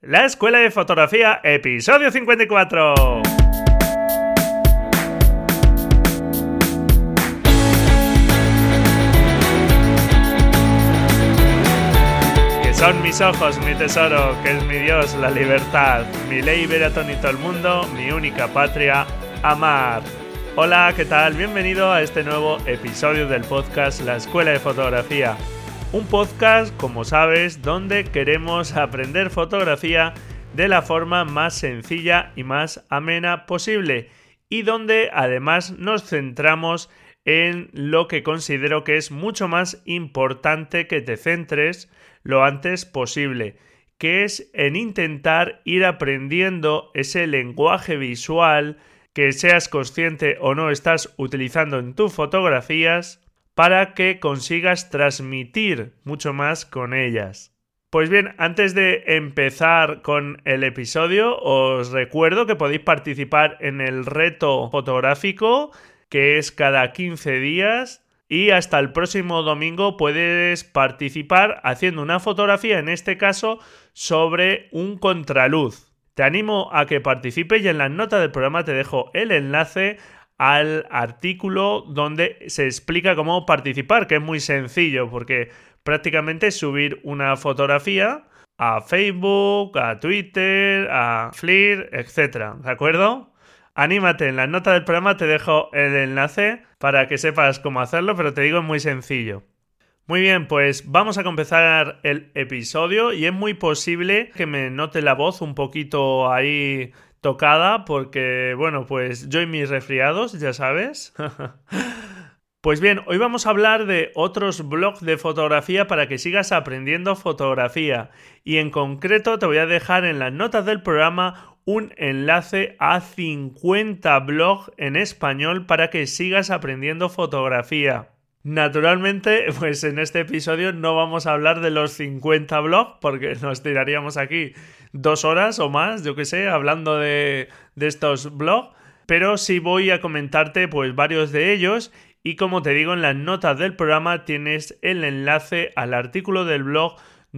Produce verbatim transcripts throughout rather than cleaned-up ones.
La Escuela de Fotografía, episodio cincuenta y cuatro. Que son mis ojos, mi tesoro, que es mi Dios, la libertad, mi ley ver a todo el mundo, mi única patria, amar. Hola, ¿qué tal? Bienvenido a este nuevo episodio del podcast La Escuela de Fotografía. Un podcast, como sabes, donde queremos aprender fotografía de la forma más sencilla y más amena posible y donde además nos centramos en lo que considero que es mucho más importante que te centres lo antes posible, que es en intentar ir aprendiendo ese lenguaje visual que seas consciente o no estás utilizando en tus fotografías para que consigas transmitir mucho más con ellas. Pues bien, antes de empezar con el episodio, os recuerdo que podéis participar en el reto fotográfico, que es cada quince días, y hasta el próximo domingo puedes participar haciendo una fotografía, en este caso, sobre un contraluz. Te animo a que participes y en las notas del programa te dejo el enlace al artículo donde se explica cómo participar, que es muy sencillo porque prácticamente es subir una fotografía a Facebook, a Twitter, a Flickr, etcétera, ¿de acuerdo? Anímate, en las notas del programa te dejo el enlace para que sepas cómo hacerlo, pero te digo es muy sencillo. Muy bien, pues vamos a comenzar el episodio y es muy posible que me note la voz un poquito ahí tocada porque, bueno, pues yo y mis resfriados, ya sabes. Pues bien, hoy vamos a hablar de otros blogs de fotografía para que sigas aprendiendo fotografía y en concreto te voy a dejar en las notas del programa un enlace a cincuenta blogs en español para que sigas aprendiendo fotografía. Naturalmente, pues en este episodio no vamos a hablar de los cincuenta blogs porque nos tiraríamos aquí dos horas o más, yo que sé, hablando de, de estos blogs, pero sí voy a comentarte pues varios de ellos y como te digo en las notas del programa tienes el enlace al artículo del blog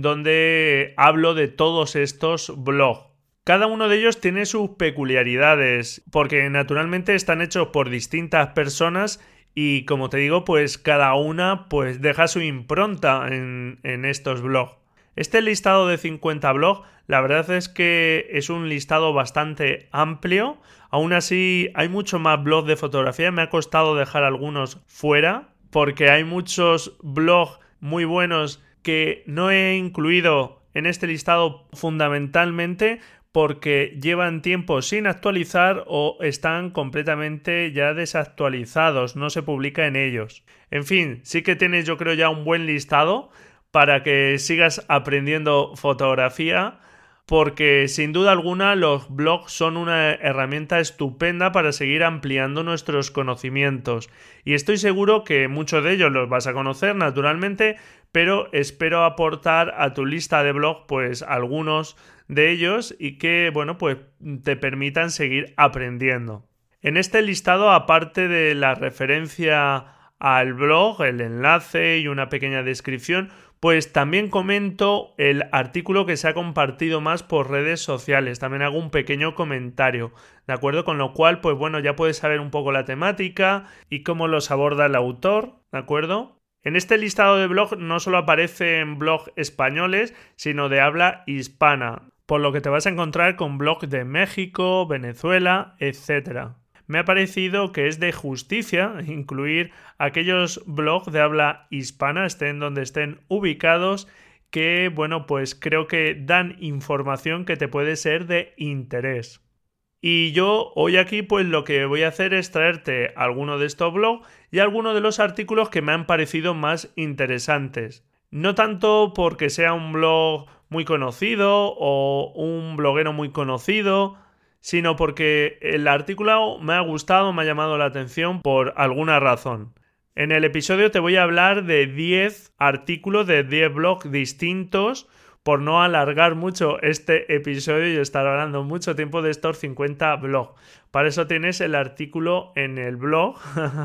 donde hablo de todos estos blogs. Cada uno de ellos tiene sus peculiaridades porque naturalmente están hechos por distintas personas y como te digo, pues cada una pues deja su impronta en, en estos blogs. Este listado de cincuenta blogs, la verdad es que es un listado bastante amplio. Aún así, hay mucho más blogs de fotografía. Me ha costado dejar algunos fuera porque hay muchos blogs muy buenos que no he incluido en este listado fundamentalmente porque llevan tiempo sin actualizar o están completamente ya desactualizados, no se publica en ellos. En fin, sí que tienes yo creo ya un buen listado para que sigas aprendiendo fotografía, porque sin duda alguna los blogs son una herramienta estupenda para seguir ampliando nuestros conocimientos. Y estoy seguro que muchos de ellos los vas a conocer naturalmente, pero espero aportar a tu lista de blogs pues algunos de ellos y que, bueno, pues te permitan seguir aprendiendo. En este listado, aparte de la referencia al blog, el enlace y una pequeña descripción, pues también comento el artículo que se ha compartido más por redes sociales. También hago un pequeño comentario, ¿de acuerdo? Con lo cual, pues bueno, ya puedes saber un poco la temática y cómo los aborda el autor, ¿de acuerdo? En este listado de blogs no solo aparecen blogs españoles, sino de habla hispana, por lo que te vas a encontrar con blogs de México, Venezuela, etcétera. Me ha parecido que es de justicia incluir aquellos blogs de habla hispana, estén donde estén ubicados, que, bueno, pues creo que dan información que te puede ser de interés. Y yo hoy aquí pues lo que voy a hacer es traerte alguno de estos blogs y algunos de los artículos que me han parecido más interesantes. No tanto porque sea un blog muy conocido o un bloguero muy conocido, sino porque el artículo me ha gustado, me ha llamado la atención por alguna razón. En el episodio te voy a hablar de diez artículos de diez blogs distintos por no alargar mucho este episodio y estar hablando mucho tiempo de estos cincuenta blogs. Para eso tienes el artículo en el blog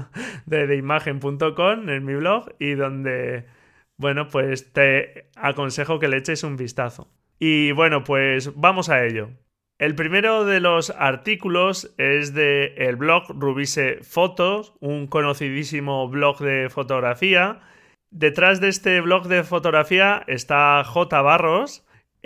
de deimagen punto com, en mi blog, y donde, bueno, pues te aconsejo que le eches un vistazo. Y bueno, pues vamos a ello. El primero de los artículos es de el blog Rubise Fotos, un conocidísimo blog de fotografía. Detrás de este blog de fotografía está J. Barros.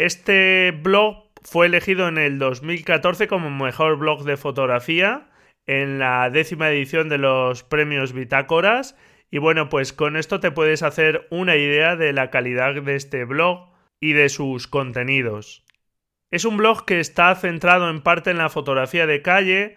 Este blog fue elegido en el dos mil catorce como mejor blog de fotografía en la décima edición de los premios Bitácoras. Y bueno, pues con esto te puedes hacer una idea de la calidad de este blog y de sus contenidos. Es un blog que está centrado en parte en la fotografía de calle,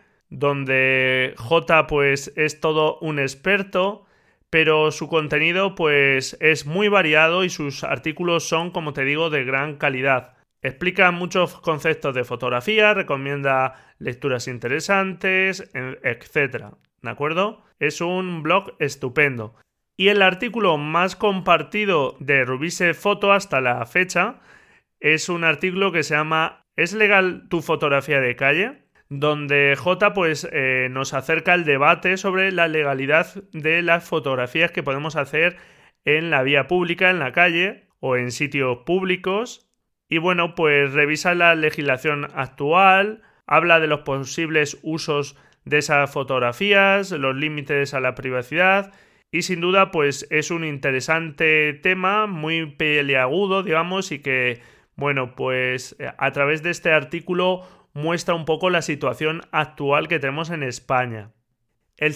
donde J pues es todo un experto, pero su contenido pues es muy variado y sus artículos son, como te digo, de gran calidad. Explica muchos conceptos de fotografía, recomienda lecturas interesantes, etcétera. ¿De acuerdo? Es un blog estupendo. Y el artículo más compartido de Rubise Foto hasta la fecha es un artículo que se llama ¿Es legal tu fotografía de calle?, donde J pues, eh, nos acerca el debate sobre la legalidad de las fotografías que podemos hacer en la vía pública, en la calle o en sitios públicos. Y bueno, pues revisa la legislación actual, habla de los posibles usos de esas fotografías, los límites a la privacidad y sin duda pues es un interesante tema, muy peliagudo, digamos, y que, bueno, pues a través de este artículo muestra un poco la situación actual que tenemos en España. El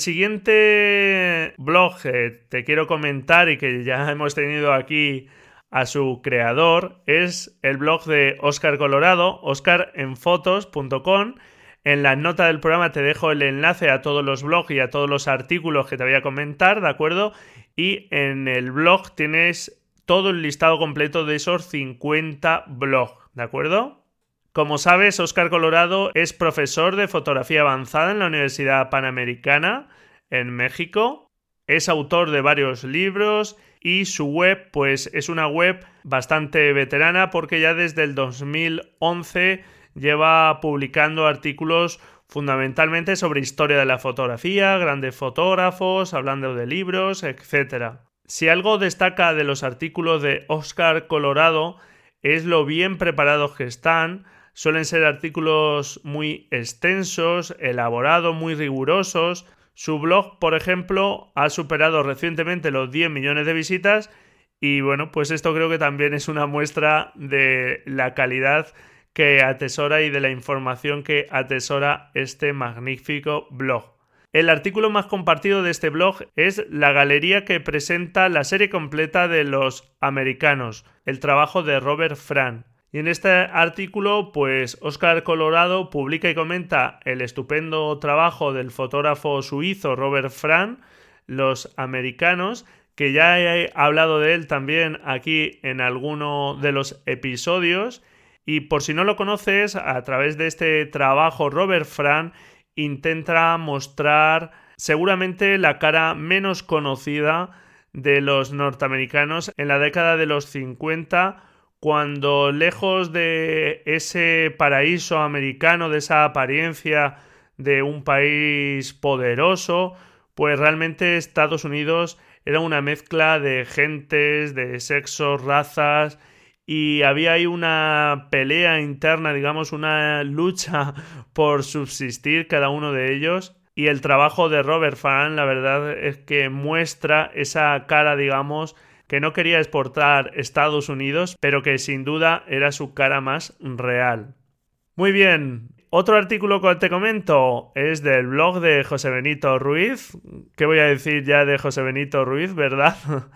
siguiente blog que te quiero comentar y que ya hemos tenido aquí a su creador es el blog de Óscar Colorado, oscar en fotos punto com. En la nota del programa te dejo el enlace a todos los blogs y a todos los artículos que te voy a comentar, ¿de acuerdo? Y en el blog tienes todo el listado completo de esos cincuenta blogs, ¿de acuerdo? Como sabes, Óscar Colorado es profesor de fotografía avanzada en la Universidad Panamericana en México. Es autor de varios libros y su web pues es una web bastante veterana porque ya desde el dos mil once lleva publicando artículos fundamentalmente sobre historia de la fotografía, grandes fotógrafos, hablando de libros, etcétera. Si algo destaca de los artículos de Óscar Colorado es lo bien preparados que están. Suelen ser artículos muy extensos, elaborados, muy rigurosos. Su blog, por ejemplo, ha superado recientemente los diez millones de visitas y bueno, pues esto creo que también es una muestra de la calidad que atesora y de la información que atesora este magnífico blog. El artículo más compartido de este blog es la galería que presenta la serie completa de Los Americanos, el trabajo de Robert Frank. Y en este artículo, pues Óscar Colorado publica y comenta el estupendo trabajo del fotógrafo suizo Robert Frank, Los Americanos, que ya he hablado de él también aquí en alguno de los episodios. Y por si no lo conoces, a través de este trabajo Robert Frank intenta mostrar seguramente la cara menos conocida de los norteamericanos en la década de los cincuenta, cuando lejos de ese paraíso americano, de esa apariencia de un país poderoso, pues realmente Estados Unidos era una mezcla de gentes, de sexos, razas, y había ahí una pelea interna, digamos, una lucha por subsistir cada uno de ellos. Y el trabajo de Robert Frank, la verdad es que muestra esa cara, digamos, que no quería exportar Estados Unidos, pero que sin duda era su cara más real. Muy bien, otro artículo que te comento es del blog de José Benito Ruiz. ¿Qué voy a decir ya de José Benito Ruiz, verdad?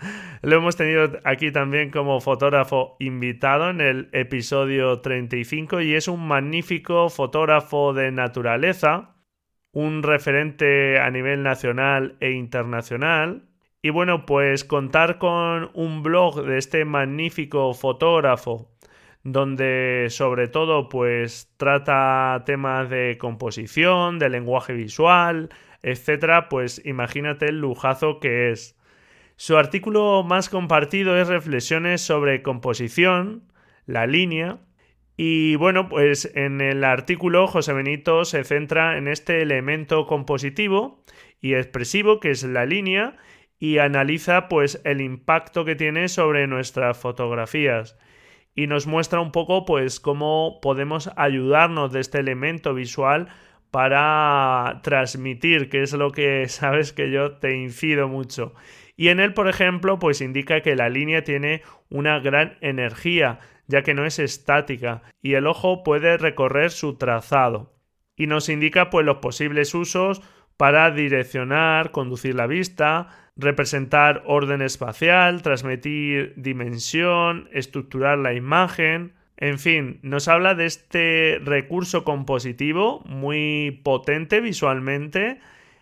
Lo hemos tenido aquí también como fotógrafo invitado en el episodio treinta y cinco y es un magnífico fotógrafo de naturaleza, un referente a nivel nacional e internacional. Y bueno, pues contar con un blog de este magnífico fotógrafo donde sobre todo pues trata temas de composición, de lenguaje visual, etcétera, pues imagínate el lujazo que es. Su artículo más compartido es Reflexiones sobre composición, la línea. Y bueno, pues en el artículo José Benito se centra en este elemento compositivo y expresivo que es la línea y analiza pues el impacto que tiene sobre nuestras fotografías. y nos muestra un poco pues cómo podemos ayudarnos de este elemento visual para transmitir, que es lo que sabes que yo te incido mucho. Y en él, por ejemplo, pues indica que la línea tiene una gran energía, ya que no es estática, y el ojo puede recorrer su trazado. Y nos indica pues los posibles usos para direccionar, conducir la vista, representar orden espacial, transmitir dimensión, estructurar la imagen. En fin, nos habla de este recurso compositivo muy potente visualmente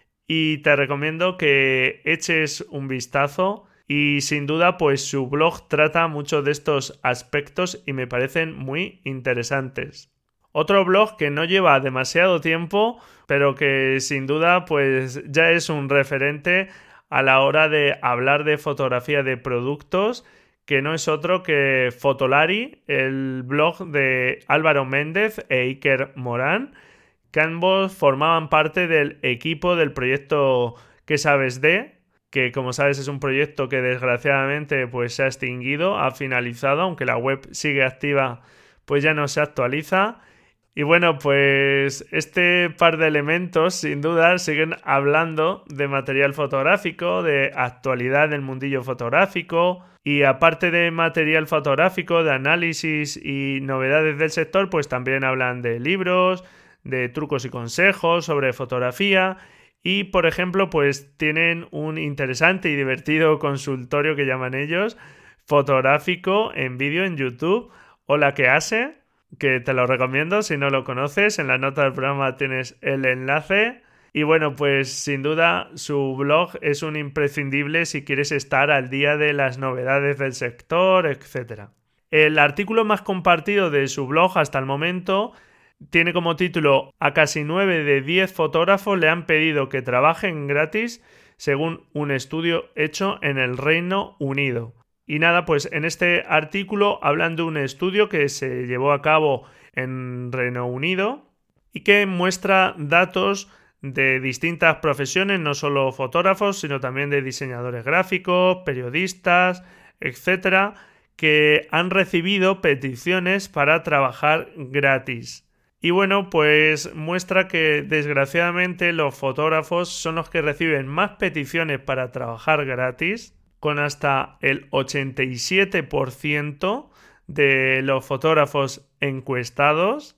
y te recomiendo que eches un vistazo y sin duda pues su blog trata mucho de estos aspectos y me parecen muy interesantes. Otro blog que no lleva demasiado tiempo pero que sin duda pues ya es un referente a la hora de hablar de fotografía de productos, que no es otro que Fotolari, el blog de Álvaro Méndez e Iker Morán, que ambos formaban parte del equipo del proyecto ¿Qué sabes de?, que como sabes es un proyecto que desgraciadamente pues se ha extinguido, ha finalizado, aunque la web sigue activa, pues ya no se actualiza. Y bueno, pues este par de elementos sin duda siguen hablando de material fotográfico, de actualidad del mundillo fotográfico, y aparte de material fotográfico, de análisis y novedades del sector, pues también hablan de libros, de trucos y consejos sobre fotografía y, por ejemplo, pues tienen un interesante y divertido consultorio que llaman ellos, fotográfico en vídeo en YouTube. Hola, ¿qué hace? Que te lo recomiendo si no lo conoces. En la nota del programa tienes el enlace. Y bueno, pues sin duda su blog es un imprescindible si quieres estar al día de las novedades del sector, etcétera. El artículo más compartido de su blog hasta el momento tiene como título: a casi nueve de diez fotógrafos le han pedido que trabajen gratis según un estudio hecho en el Reino Unido. Y nada, pues en este artículo hablan de un estudio que se llevó a cabo en Reino Unido y que muestra datos de distintas profesiones, no solo fotógrafos, sino también de diseñadores gráficos, periodistas, etcétera, que han recibido peticiones para trabajar gratis. Y bueno, pues muestra que desgraciadamente los fotógrafos son los que reciben más peticiones para trabajar gratis, con hasta el ochenta y siete por ciento de los fotógrafos encuestados,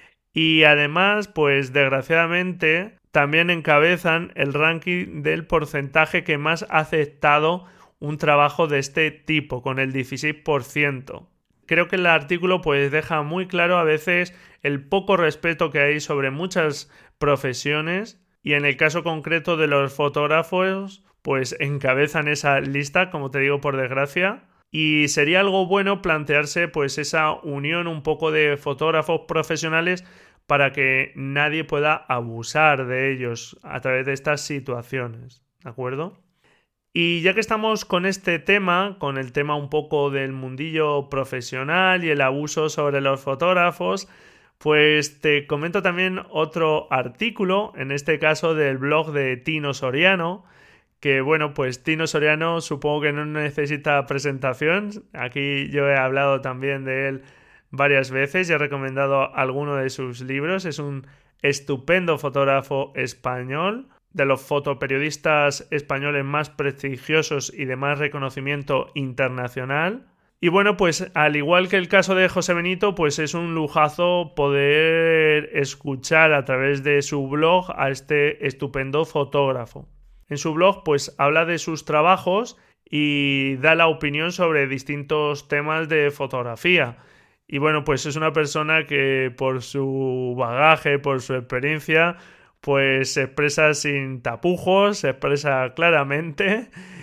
y además, pues desgraciadamente también encabezan el ranking del porcentaje que más ha aceptado un trabajo de este tipo, con el dieciséis por ciento. Creo que el artículo pues deja muy claro a veces el poco respeto que hay sobre muchas profesiones, y en el caso concreto de los fotógrafos pues encabezan esa lista, como te digo, por desgracia. Y sería algo bueno plantearse pues esa unión un poco de fotógrafos profesionales para que nadie pueda abusar de ellos a través de estas situaciones, ¿de acuerdo? Y ya que estamos con este tema, con el tema un poco del mundillo profesional y el abuso sobre los fotógrafos, pues te comento también otro artículo, en este caso del blog de Tino Soriano, que bueno, pues Tino Soriano supongo que no necesita presentación. Aquí yo he hablado también de él varias veces y he recomendado alguno de sus libros. Es un estupendo fotógrafo español, de los fotoperiodistas españoles más prestigiosos y de más reconocimiento internacional. Y bueno, pues al igual que el caso de José Benito, pues es un lujazo poder escuchar a través de su blog a este estupendo fotógrafo. En su blog pues habla de sus trabajos y da la opinión sobre distintos temas de fotografía. Y bueno, pues es una persona que por su bagaje, por su experiencia, pues se expresa sin tapujos, se expresa claramente.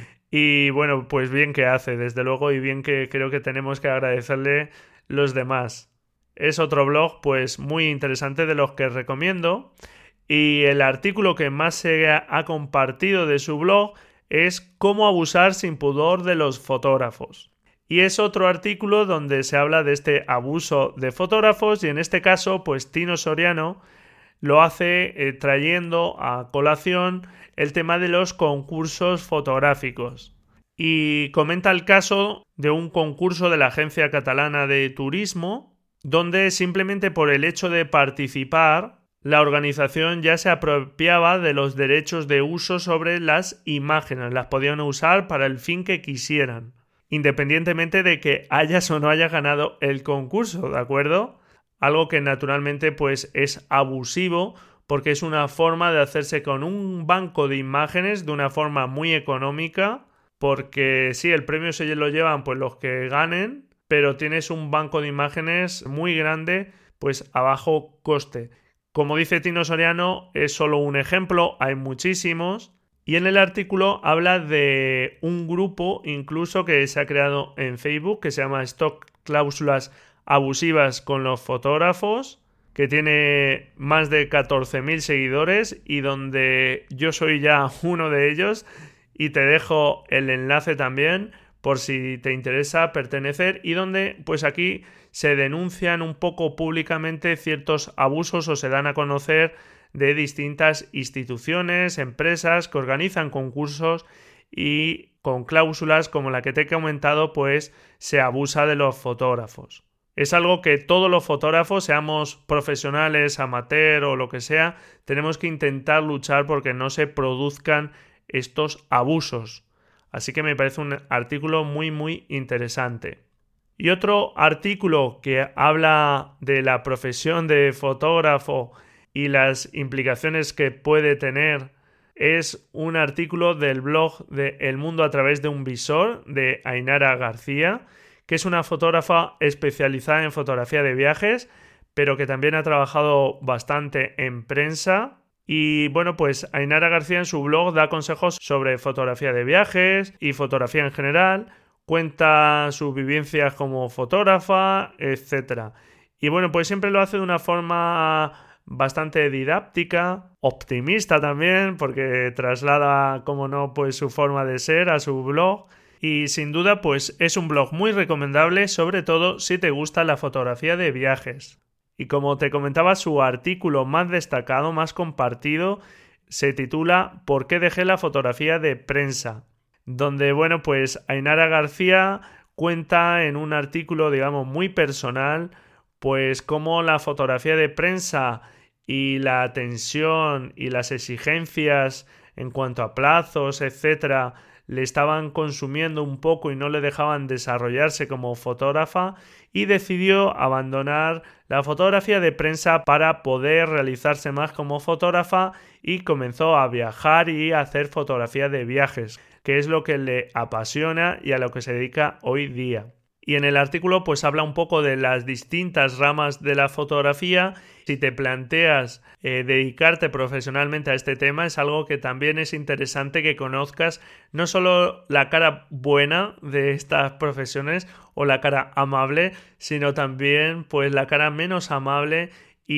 Y bueno, pues bien que hace, desde luego, y bien que creo que tenemos que agradecerle los demás. Es otro blog pues muy interesante de los que recomiendo. Y el artículo que más se ha compartido de su blog es Cómo abusar sin pudor de los fotógrafos. Y es otro artículo donde se habla de este abuso de fotógrafos, y en este caso pues Tino Soriano lo hace eh, trayendo a colación el tema de los concursos fotográficos. y comenta el caso de un concurso de la Agencia Catalana de Turismo, donde simplemente por el hecho de participar, la organización ya se apropiaba de los derechos de uso sobre las imágenes, las podían usar para el fin que quisieran, independientemente de que hayas o no hayas ganado el concurso, ¿de acuerdo? Algo que naturalmente pues es abusivo, porque es una forma de hacerse con un banco de imágenes de una forma muy económica, porque sí, el premio se lo llevan pues los que ganen, pero tienes un banco de imágenes muy grande pues a bajo coste. Como dice Tino Soriano, es solo un ejemplo, hay muchísimos, y en el artículo habla de un grupo incluso que se ha creado en Facebook que se llama Stop Cláusulas Abusivas con los Fotógrafos, que tiene más de catorce mil seguidores y donde yo soy ya uno de ellos, y te dejo el enlace también por si te interesa pertenecer, y donde pues aquí se denuncian un poco públicamente ciertos abusos o se dan a conocer de distintas instituciones, empresas que organizan concursos y con cláusulas como la que te he comentado pues se abusa de los fotógrafos. Es algo que todos los fotógrafos, seamos profesionales, amateur o lo que sea, tenemos que intentar luchar porque no se produzcan estos abusos. Así que me parece un artículo muy muy interesante. Y otro artículo que habla de la profesión de fotógrafo y las implicaciones que puede tener es un artículo del blog de El Mundo a través de un visor de Ainara García, que es una fotógrafa especializada en fotografía de viajes, pero que también ha trabajado bastante en prensa. Y bueno, pues Ainara García en su blog da consejos sobre fotografía de viajes y fotografía en general, cuenta sus vivencias como fotógrafa, etcétera. Y bueno, pues siempre lo hace de una forma bastante didáctica, optimista también, porque traslada, como no, pues su forma de ser a su blog. Y sin duda, pues es un blog muy recomendable, sobre todo si te gusta la fotografía de viajes. Y como te comentaba, su artículo más destacado, más compartido, se titula ¿Por qué dejé la fotografía de prensa? Donde, bueno, pues Ainara García cuenta en un artículo, digamos, muy personal, pues cómo la fotografía de prensa y la tensión y las exigencias en cuanto a plazos, etcétera, le estaban consumiendo un poco y no le dejaban desarrollarse como fotógrafa, y decidió abandonar la fotografía de prensa para poder realizarse más como fotógrafa y comenzó a viajar y a hacer fotografía de viajes, que es lo que le apasiona y a lo que se dedica hoy día. Y en el artículo pues habla un poco de las distintas ramas de la fotografía. Si te planteas eh, dedicarte profesionalmente a este tema, es algo que también es interesante que conozcas no solo la cara buena de estas profesiones o la cara amable, sino también pues la cara menos amable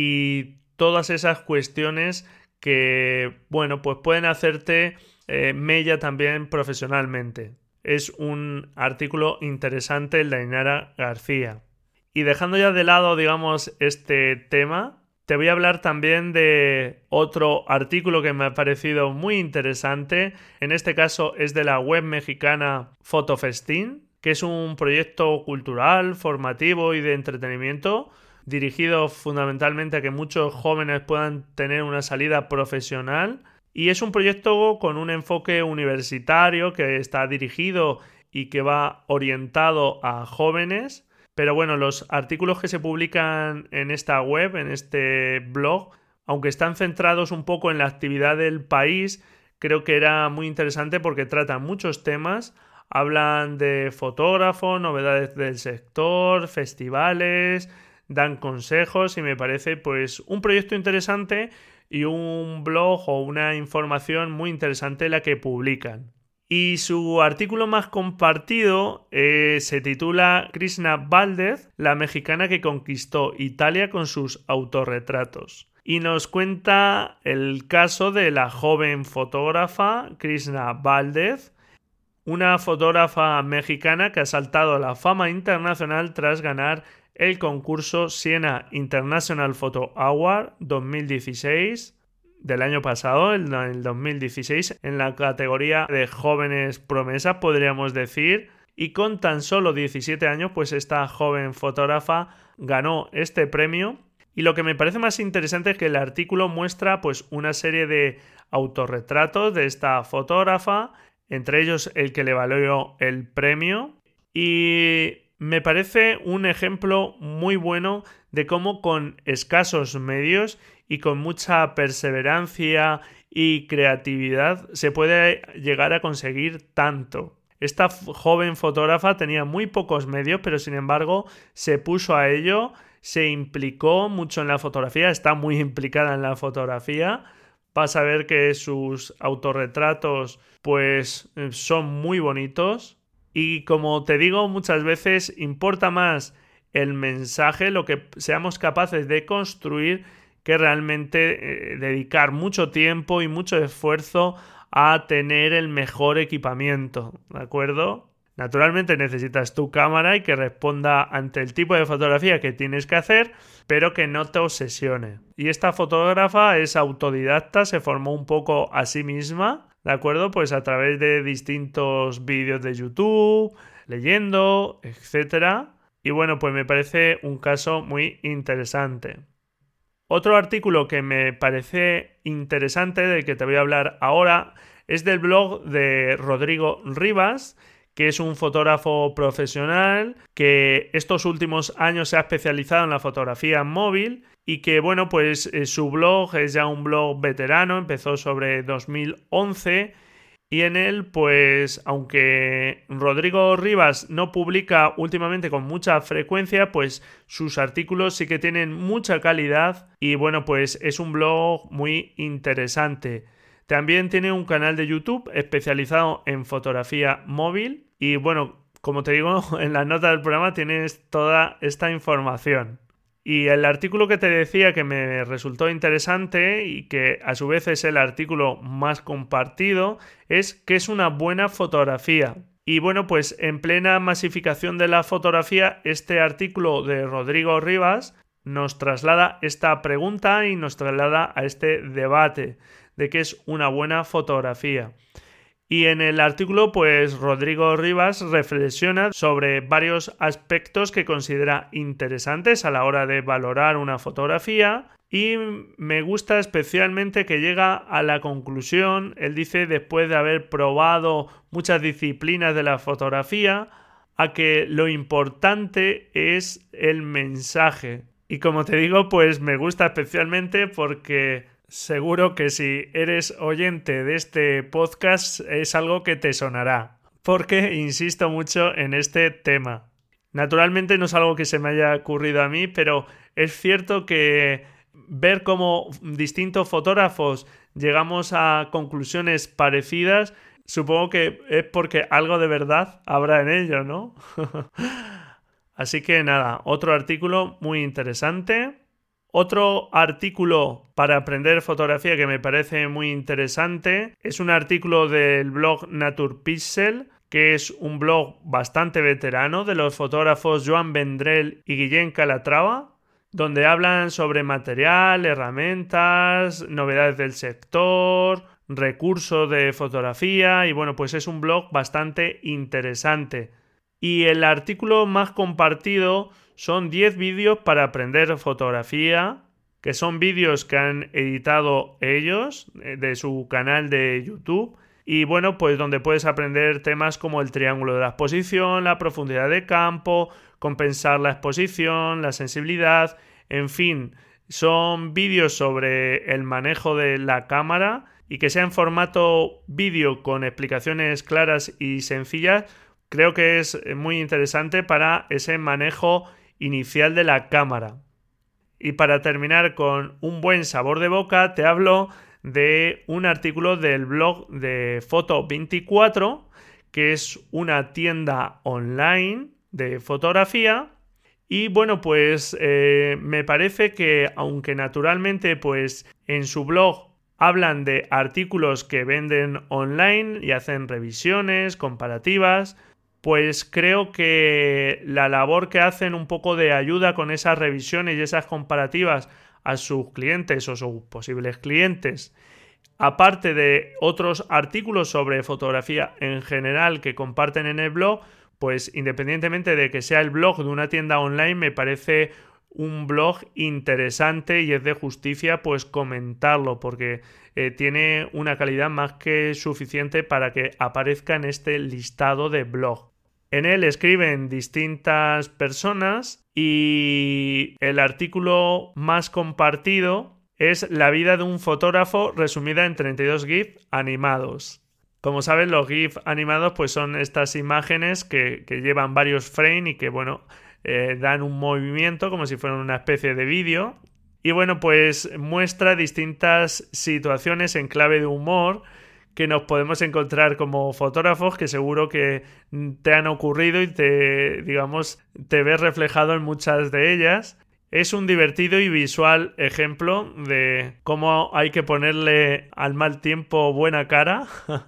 y todas esas cuestiones que, bueno, pues pueden hacerte eh, mella también profesionalmente. Es un artículo interesante el de Ainara García. Y dejando ya de lado, digamos, este tema, te voy a hablar también de otro artículo que me ha parecido muy interesante. En este caso es de la web mexicana Fotofestín, que es un proyecto cultural, formativo y de entretenimiento dirigido fundamentalmente a que muchos jóvenes puedan tener una salida profesional. Y es un proyecto con un enfoque universitario que está dirigido y que va orientado a jóvenes. Pero bueno, los artículos que se publican en esta web, en este blog, aunque están centrados un poco en la actividad del país, creo que era muy interesante porque tratan muchos temas. Hablan de fotógrafos, novedades del sector, festivales, dan consejos y me parece pues un proyecto interesante y un blog o una información muy interesante la que publican. Y su artículo más compartido eh, se titula Krishna Valdez, la mexicana que conquistó Italia con sus autorretratos. Y nos cuenta el caso de la joven fotógrafa Krishna Valdez, una fotógrafa mexicana que ha saltado a la fama internacional tras ganar el concurso Siena International Photo Award dos mil dieciséis, del año pasado, en el dos mil dieciséis, en la categoría de jóvenes promesas, podríamos decir. Y con tan solo diecisiete años, pues esta joven fotógrafa ganó este premio. Y lo que me parece más interesante es que el artículo muestra pues una serie de autorretratos de esta fotógrafa, entre ellos el que le valió el premio. Y me parece un ejemplo muy bueno de cómo con escasos medios y con mucha perseverancia y creatividad se puede llegar a conseguir tanto. Esta joven fotógrafa tenía muy pocos medios, pero sin embargo se puso a ello, se implicó mucho en la fotografía, está muy implicada en la fotografía. Vas a ver que sus autorretratos pues son muy bonitos. Y como te digo, muchas veces importa más el mensaje, lo que seamos capaces de construir, que realmente eh, dedicar mucho tiempo y mucho esfuerzo a tener el mejor equipamiento, ¿de acuerdo? Naturalmente necesitas tu cámara y que responda ante el tipo de fotografía que tienes que hacer, pero que no te obsesione. Y esta fotógrafa es autodidacta, se formó un poco a sí misma, ¿de acuerdo? Pues a través de distintos vídeos de YouTube, leyendo, etcétera. Y bueno, pues me parece un caso muy interesante. Otro artículo que me parece interesante, del que te voy a hablar ahora, es del blog de Rodrigo Rivas, que es un fotógrafo profesional que estos últimos años se ha especializado en la fotografía móvil y que, bueno, pues eh, su blog es ya un blog veterano, empezó sobre dos mil once. Y en él, pues, aunque Rodrigo Rivas no publica últimamente con mucha frecuencia, pues sus artículos sí que tienen mucha calidad y, bueno, pues es un blog muy interesante. También tiene un canal de YouTube especializado en fotografía móvil y, bueno, como te digo, en las notas del programa tienes toda esta información. Y el artículo que te decía que me resultó interesante y que a su vez es el artículo más compartido es ¿qué es una buena fotografía? Y bueno, pues en plena masificación de la fotografía, este artículo de Rodrigo Rivas nos traslada esta pregunta y nos traslada a este debate de qué es una buena fotografía. Y en el artículo, pues Rodrigo Rivas reflexiona sobre varios aspectos que considera interesantes a la hora de valorar una fotografía y me gusta especialmente que llega a la conclusión, él dice, después de haber probado muchas disciplinas de la fotografía, a que lo importante es el mensaje. Y como te digo, pues me gusta especialmente porque seguro que si eres oyente de este podcast es algo que te sonará, porque insisto mucho en este tema. Naturalmente no es algo que se me haya ocurrido a mí, pero es cierto que ver cómo distintos fotógrafos llegamos a conclusiones parecidas, supongo que es porque algo de verdad habrá en ello, ¿no? Así que nada, otro artículo muy interesante. Otro artículo para aprender fotografía que me parece muy interesante es un artículo del blog Naturpixel, que es un blog bastante veterano de los fotógrafos Joan Vendrell y Guillem Calatrava, donde hablan sobre material, herramientas, novedades del sector, recursos de fotografía y bueno, pues es un blog bastante interesante. Y el artículo más compartido son diez vídeos para aprender fotografía, que son vídeos que han editado ellos de su canal de YouTube. Y bueno, pues donde puedes aprender temas como el triángulo de la exposición, la profundidad de campo, compensar la exposición, la sensibilidad, en fin, son vídeos sobre el manejo de la cámara y que sea en formato vídeo con explicaciones claras y sencillas, creo que es muy interesante para ese manejo inicial de la cámara. Y para terminar con un buen sabor de boca, te hablo de un artículo del blog de Foto veinticuatro, que es una tienda online de fotografía. Y bueno, pues eh, me parece que aunque naturalmente pues en su blog hablan de artículos que venden online y hacen revisiones, comparativas, pues creo que la labor que hacen un poco de ayuda con esas revisiones y esas comparativas a sus clientes o sus posibles clientes. Aparte de otros artículos sobre fotografía en general que comparten en el blog, pues independientemente de que sea el blog de una tienda online, me parece un blog interesante y es de justicia pues comentarlo, porque eh, tiene una calidad más que suficiente para que aparezca en este listado de blog. En él escriben distintas personas y el artículo más compartido es la vida de un fotógrafo resumida en treinta y dos GIF animados. Como saben, los GIF animados pues son estas imágenes que, que llevan varios frames y que bueno, eh, dan un movimiento como si fueran una especie de vídeo. Y bueno, pues muestra distintas situaciones en clave de humor que nos podemos encontrar como fotógrafos, que seguro que te han ocurrido y te, digamos, te ves reflejado en muchas de ellas. Es un divertido y visual ejemplo de cómo hay que ponerle al mal tiempo buena cara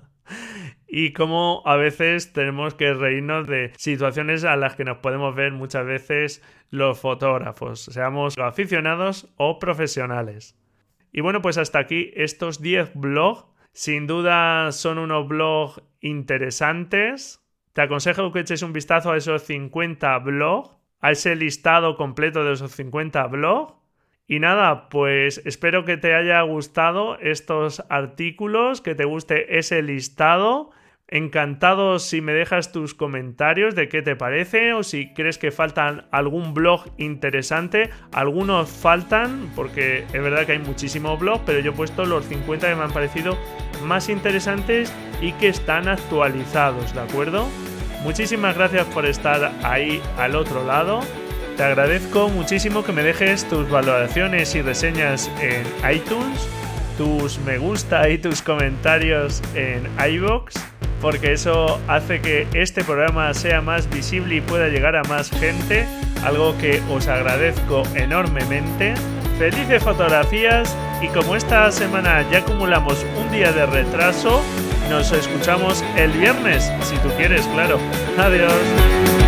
y cómo a veces tenemos que reírnos de situaciones a las que nos podemos ver muchas veces los fotógrafos, seamos aficionados o profesionales. Y bueno, pues hasta aquí estos diez blogs. Sin duda son unos blogs interesantes. Te aconsejo que eches un vistazo a esos cincuenta blogs, a ese listado completo de esos cincuenta blogs. Y nada, pues espero que te haya gustado estos artículos, que te guste ese listado. Encantado si me dejas tus comentarios de qué te parece o si crees que faltan algún blog interesante. Algunos faltan porque es verdad que hay muchísimos blogs, pero yo he puesto los cincuenta que me han parecido más interesantes y que están actualizados, ¿de acuerdo? Muchísimas gracias por estar ahí al otro lado. Te agradezco muchísimo que me dejes tus valoraciones y reseñas en iTunes, tus me gusta y tus comentarios en iVoox, porque eso hace que este programa sea más visible y pueda llegar a más gente, algo que os agradezco enormemente. Felices fotografías y como esta semana ya acumulamos un día de retraso, nos escuchamos el viernes, si tú quieres, claro. Adiós.